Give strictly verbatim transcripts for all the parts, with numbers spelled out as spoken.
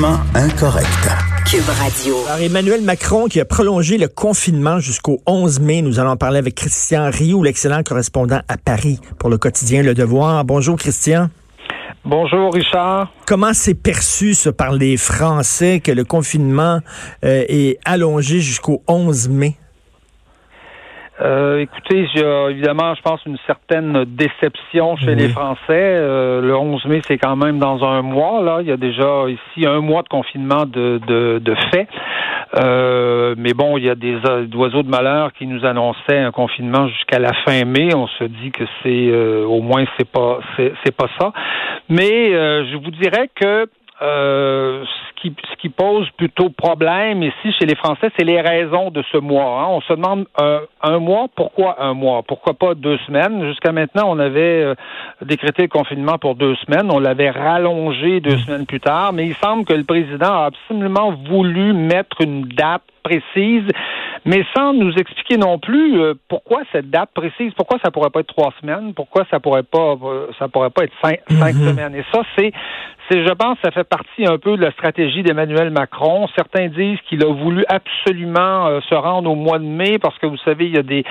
Politiquement incorrect. Cube Radio. Alors, Emmanuel Macron qui a prolongé le confinement jusqu'au onze mai. Nous allons parler avec Christian Rioux, l'excellent correspondant à Paris pour le quotidien Le Devoir. Bonjour, Christian. Bonjour, Richard. Comment c'est perçu, ça, par les Français, que le confinement euh, est allongé jusqu'au onze mai? Euh, écoutez, il y a évidemment, je pense, une certaine déception chez oui. les Français. Euh, le onze mai, c'est quand même dans un mois. Là, il y a déjà ici un mois de confinement de, de, de fait. Euh, mais bon, il y a des oiseaux de malheur qui nous annonçaient un confinement jusqu'à la fin mai. On se dit que c'est euh, au moins c'est pas c'est, c'est pas ça. Mais euh, je vous dirais que Euh, ce qui ce qui pose plutôt problème ici chez les Français, c'est les raisons de ce mois. Hein. On se demande euh, un mois, pourquoi un mois? Pourquoi pas deux semaines? Jusqu'à maintenant, on avait euh, décrété le confinement pour deux semaines. On l'avait rallongé deux semaines plus tard, mais il semble que le président a absolument voulu mettre une date précise, mais sans nous expliquer non plus euh, pourquoi cette date précise, pourquoi ça pourrait pas être trois semaines, pourquoi ça pourrait pas euh, ça pourrait pas être cinq, cinq mm-hmm. semaines. Et ça, c'est, c'est, je pense, ça fait partie un peu de la stratégie d'Emmanuel Macron. Certains disent qu'il a voulu absolument euh, se rendre au mois de mai parce que vous savez, il y a des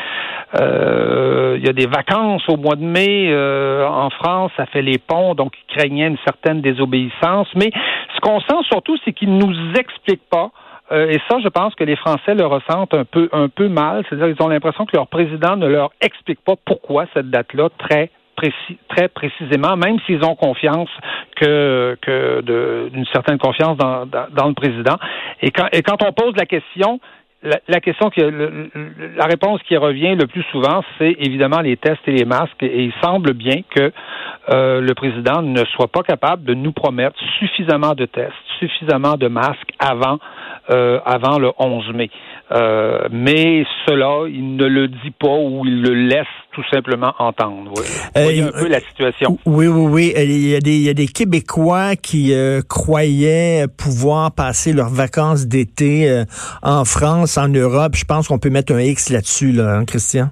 euh, il y a des vacances au mois de mai euh, en France, ça fait les ponts, donc il craignait une certaine désobéissance. Mais ce qu'on sent surtout, c'est qu'il nous explique pas. Euh, et ça, je pense que les Français le ressentent un peu, un peu mal. C'est-à-dire qu'ils ont l'impression que leur président ne leur explique pas pourquoi cette date-là très précis, très précisément, même s'ils ont confiance que, que de, d'une certaine confiance dans, dans, dans le président. Et quand, et quand on pose la question, la, la question qui, le, la réponse qui revient le plus souvent, c'est évidemment les tests et les masques. Et il semble bien que euh, le président ne soit pas capable de nous promettre suffisamment de tests, suffisamment de masques avant Euh, avant le onze mai. Euh, mais cela, il ne le dit pas ou il le laisse tout simplement entendre. Oui. Vous voyez euh, un peu la situation. Oui, oui, oui. Il y a des, il y a des Québécois qui euh, croyaient pouvoir passer leurs vacances d'été euh, en France, en Europe. Je pense qu'on peut mettre un X là-dessus, là, hein, Christian?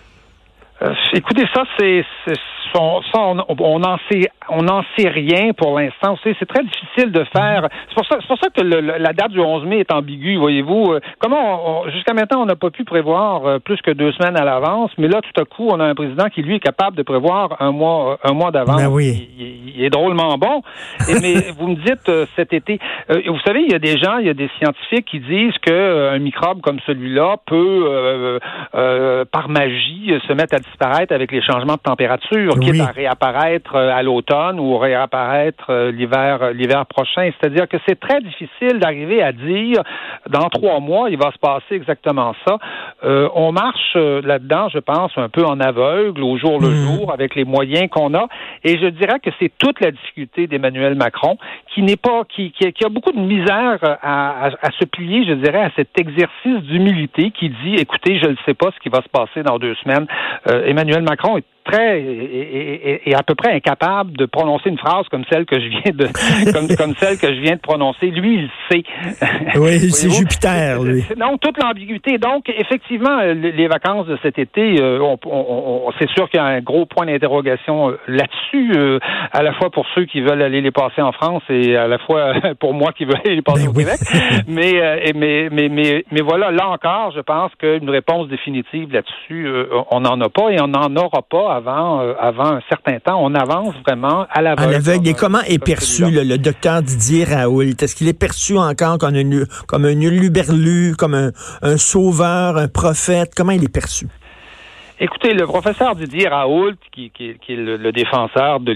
Euh, écoutez, ça, c'est... c'est ça, on n'en sait, on n'en sait rien pour l'instant. C'est, c'est très difficile de faire. C'est pour ça, c'est pour ça que le, la date du onze mai est ambiguë, voyez-vous. Comment, on, on, jusqu'à maintenant, on n'a pas pu prévoir plus que deux semaines à l'avance, mais là, tout à coup, on a un président qui, lui, est capable de prévoir un mois, un mois d'avance. Ben oui. il, il, il est drôlement bon. Et, mais vous me dites euh, cet été, euh, vous savez, il y a des gens, il y a des scientifiques qui disent que euh, un microbe comme celui-là peut, euh, euh, par magie, se mettre à disparaître avec les changements de température. Oui. Quitte à réapparaître à l'automne ou réapparaître l'hiver, l'hiver prochain. C'est-à-dire que c'est très difficile d'arriver à dire dans trois mois, il va se passer exactement ça. Euh, on marche là-dedans, je pense, un peu en aveugle, au jour le mmh. jour, avec les moyens qu'on a. Et je dirais que c'est toute la difficulté d'Emmanuel Macron, qui n'est pas, qui, qui, qui a beaucoup de misère à, à, à se plier, je dirais, à cet exercice d'humilité qui dit, écoutez, je ne sais pas ce qui va se passer dans deux semaines. Euh, Emmanuel Macron est très et, et, et à peu près incapable de prononcer une phrase comme celle que je viens de comme, comme celle que je viens de prononcer. Lui, il sait. Oui, c'est Jupiter, lui. Non, toute l'ambiguïté. Donc, effectivement, les vacances de cet été, on, on, on, c'est sûr qu'il y a un gros point d'interrogation là-dessus, euh, à la fois pour ceux qui veulent aller les passer en France et à la fois pour moi qui veux aller les passer ben au oui. Québec. mais, euh, mais, mais, mais, mais voilà, là encore, je pense qu'une réponse définitive là-dessus, euh, on n'en a pas et on n'en aura pas avant, euh, avant un certain temps. On avance vraiment à l'aveugle. À l'aveugle. Et comment est perçu le, le docteur Didier Raoult? Est-ce qu'il est perçu encore comme un, comme un huluberlu, comme un, un sauveur, un prophète? Comment il est perçu? Écoutez, le professeur Didier Raoult, qui, qui, qui est le, le défenseur de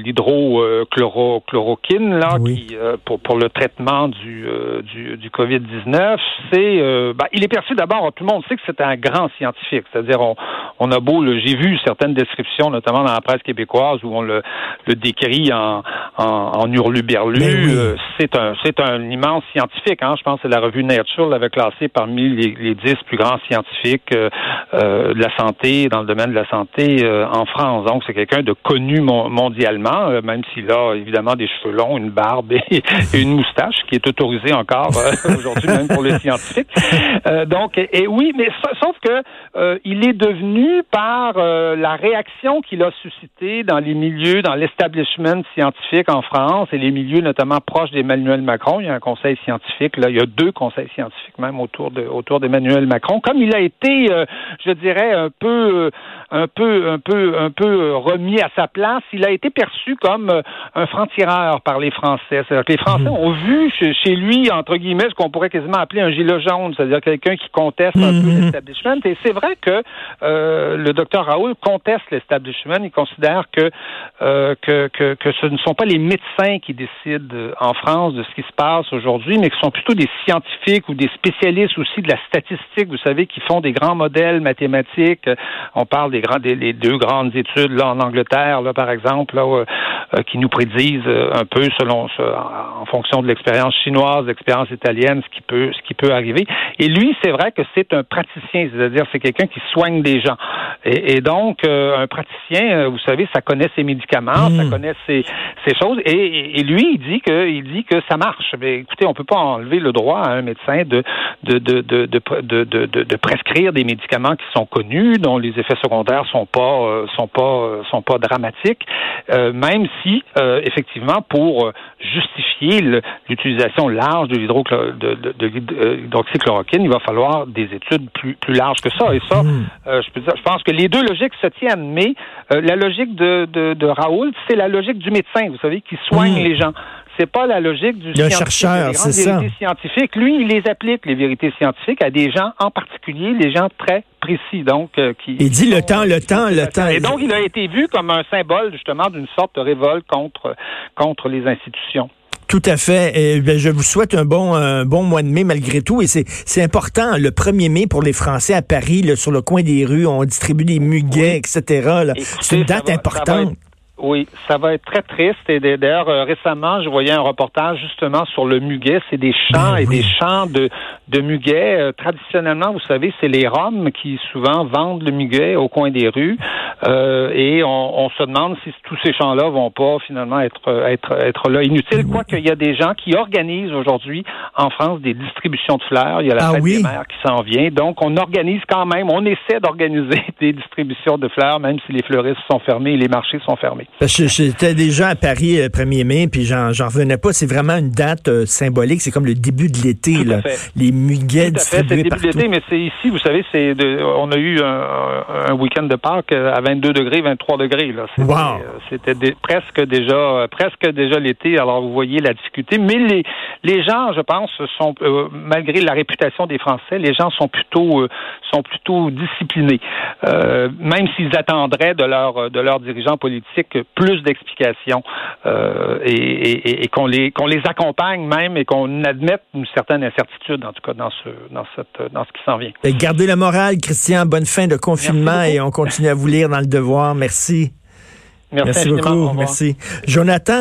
l'hydrochloroquine, là, oui. qui euh, pour pour le traitement du euh, du, du covid dix-neuf, c'est euh, ben, il est perçu d'abord. Tout le monde sait que c'est un grand scientifique. C'est-à-dire, on on a beau, le, j'ai vu certaines descriptions, notamment dans la presse québécoise, où on le le décrit en en, en hurluberlu. Oui. Euh, c'est un c'est un immense scientifique. Hein. Je pense que la revue Nature l'avait classé parmi les, les dix plus grands scientifiques euh, euh, de la santé dans le domaine de la santé euh, en France. Donc, c'est quelqu'un de connu mon, mondialement, euh, même s'il a évidemment des cheveux longs, une barbe et, et une moustache, qui est autorisée encore euh, aujourd'hui, même pour les scientifiques. Euh, donc, et, et oui, mais sauf que euh, il est devenu ému par euh, la réaction qu'il a suscitée dans les milieux, dans l'establishment scientifique en France et les milieux notamment proches d'Emmanuel Macron. Il y a un conseil scientifique, là, il y a deux conseils scientifiques même autour de autour d'Emmanuel Macron. Comme il a été, euh, je dirais, un peu, un peu, un peu, un peu remis à sa place, il a été perçu comme euh, un franc-tireur par les Français. C'est-à-dire que les Français mmh. ont vu chez, chez lui, entre guillemets, ce qu'on pourrait quasiment appeler un gilet jaune, c'est-à-dire quelqu'un qui conteste un mmh. peu l'establishment. Et c'est vrai que euh, le docteur Raoult conteste l'establishment. Il considère que, euh, que, que, que ce ne sont pas les médecins qui décident en France de ce qui se passe aujourd'hui, mais que ce sont plutôt des scientifiques ou des spécialistes aussi de la statistique, vous savez, qui font des grands modèles mathématiques. On parle des, grands, des les deux grandes études là, en Angleterre, là, par exemple, là, euh, qui nous prédisent un peu selon en fonction de l'expérience chinoise, de l'expérience italienne, ce qui peut ce qui peut arriver. Et lui, c'est vrai que c'est un praticien, c'est-à-dire c'est quelqu'un qui soigne des gens. Et, et donc, euh, un praticien, euh, vous savez, ça connaît ses médicaments, mmh. ça connaît ses, ses choses. Et, et, et lui, il dit que il dit que ça marche. Mais écoutez, on peut pas enlever le droit à un médecin de de de de de de, de, de, de prescrire des médicaments qui sont connus, dont les effets secondaires sont pas euh, sont pas euh, sont pas dramatiques, euh, même si euh, effectivement pour justifier le, l'utilisation large de l'hydroxychloroquine, il va falloir des études plus plus larges que ça. Et ça, mmh. euh, je peux dire, je pense que les deux logiques se tiennent, mais euh, la logique de, de, de Raoult, c'est la logique du médecin, vous savez, qui soigne mmh. les gens. C'est pas la logique du le chercheur, c'est ça. Vérités scientifiques. Lui, il les applique, les vérités scientifiques, à des gens en particulier, des gens très précis. Donc, euh, qui. Il dit le temps, le temps, le temps. Et donc, il a été vu comme un symbole, justement, d'une sorte de révolte contre, contre les institutions. Tout à fait. Et, ben, je vous souhaite un bon, un bon mois de mai malgré tout. Et c'est, c'est important, le premier mai pour les Français à Paris, là, sur le coin des rues, on distribue des muguets, oui. et cetera. Là. Écoutez, c'est une date va, importante. Oui, ça va être très triste. Et d'ailleurs, euh, récemment, je voyais un reportage justement sur le muguet. C'est des champs ben, et oui. des champs de, de muguet. Euh, traditionnellement, vous savez, c'est les Roms qui souvent vendent le muguet au coin des rues. Euh, et on, on se demande si tous ces champs-là vont pas finalement être être être là inutiles. Oui. Quoique il y a des gens qui organisent aujourd'hui en France des distributions de fleurs. Il y a la ah, fête oui? des mères qui s'en vient. Donc, on organise quand même, on essaie d'organiser des distributions de fleurs, même si les fleuristes sont fermés et les marchés sont fermés. Parce que j'étais déjà à Paris le premier mai, puis j'en, j'en revenais pas. C'est vraiment une date euh, symbolique. C'est comme le début de l'été, là. Les muguets distribués partout. C'est le début de l'été, mais c'est ici, vous savez, c'est de, on a eu un, un week-end de Pâques à vingt-deux degrés, vingt-trois degrés. Là. C'était, wow. c'était des, presque déjà, presque déjà l'été. Alors vous voyez la difficulté. Mais les, les gens, je pense, sont euh, malgré la réputation des Français, les gens sont plutôt, euh, sont plutôt disciplinés. Euh, même s'ils attendraient de leurs de leurs dirigeants politiques plus d'explications euh, et, et, et qu'on les qu'on les accompagne même et qu'on admette une certaine incertitude en tout cas dans ce dans cette dans ce qui s'en vient. Gardez la morale, Christian. Bonne fin de confinement et on continue à vous lire dans le Devoir. Merci. Merci, Merci beaucoup. Merci. Jonathan.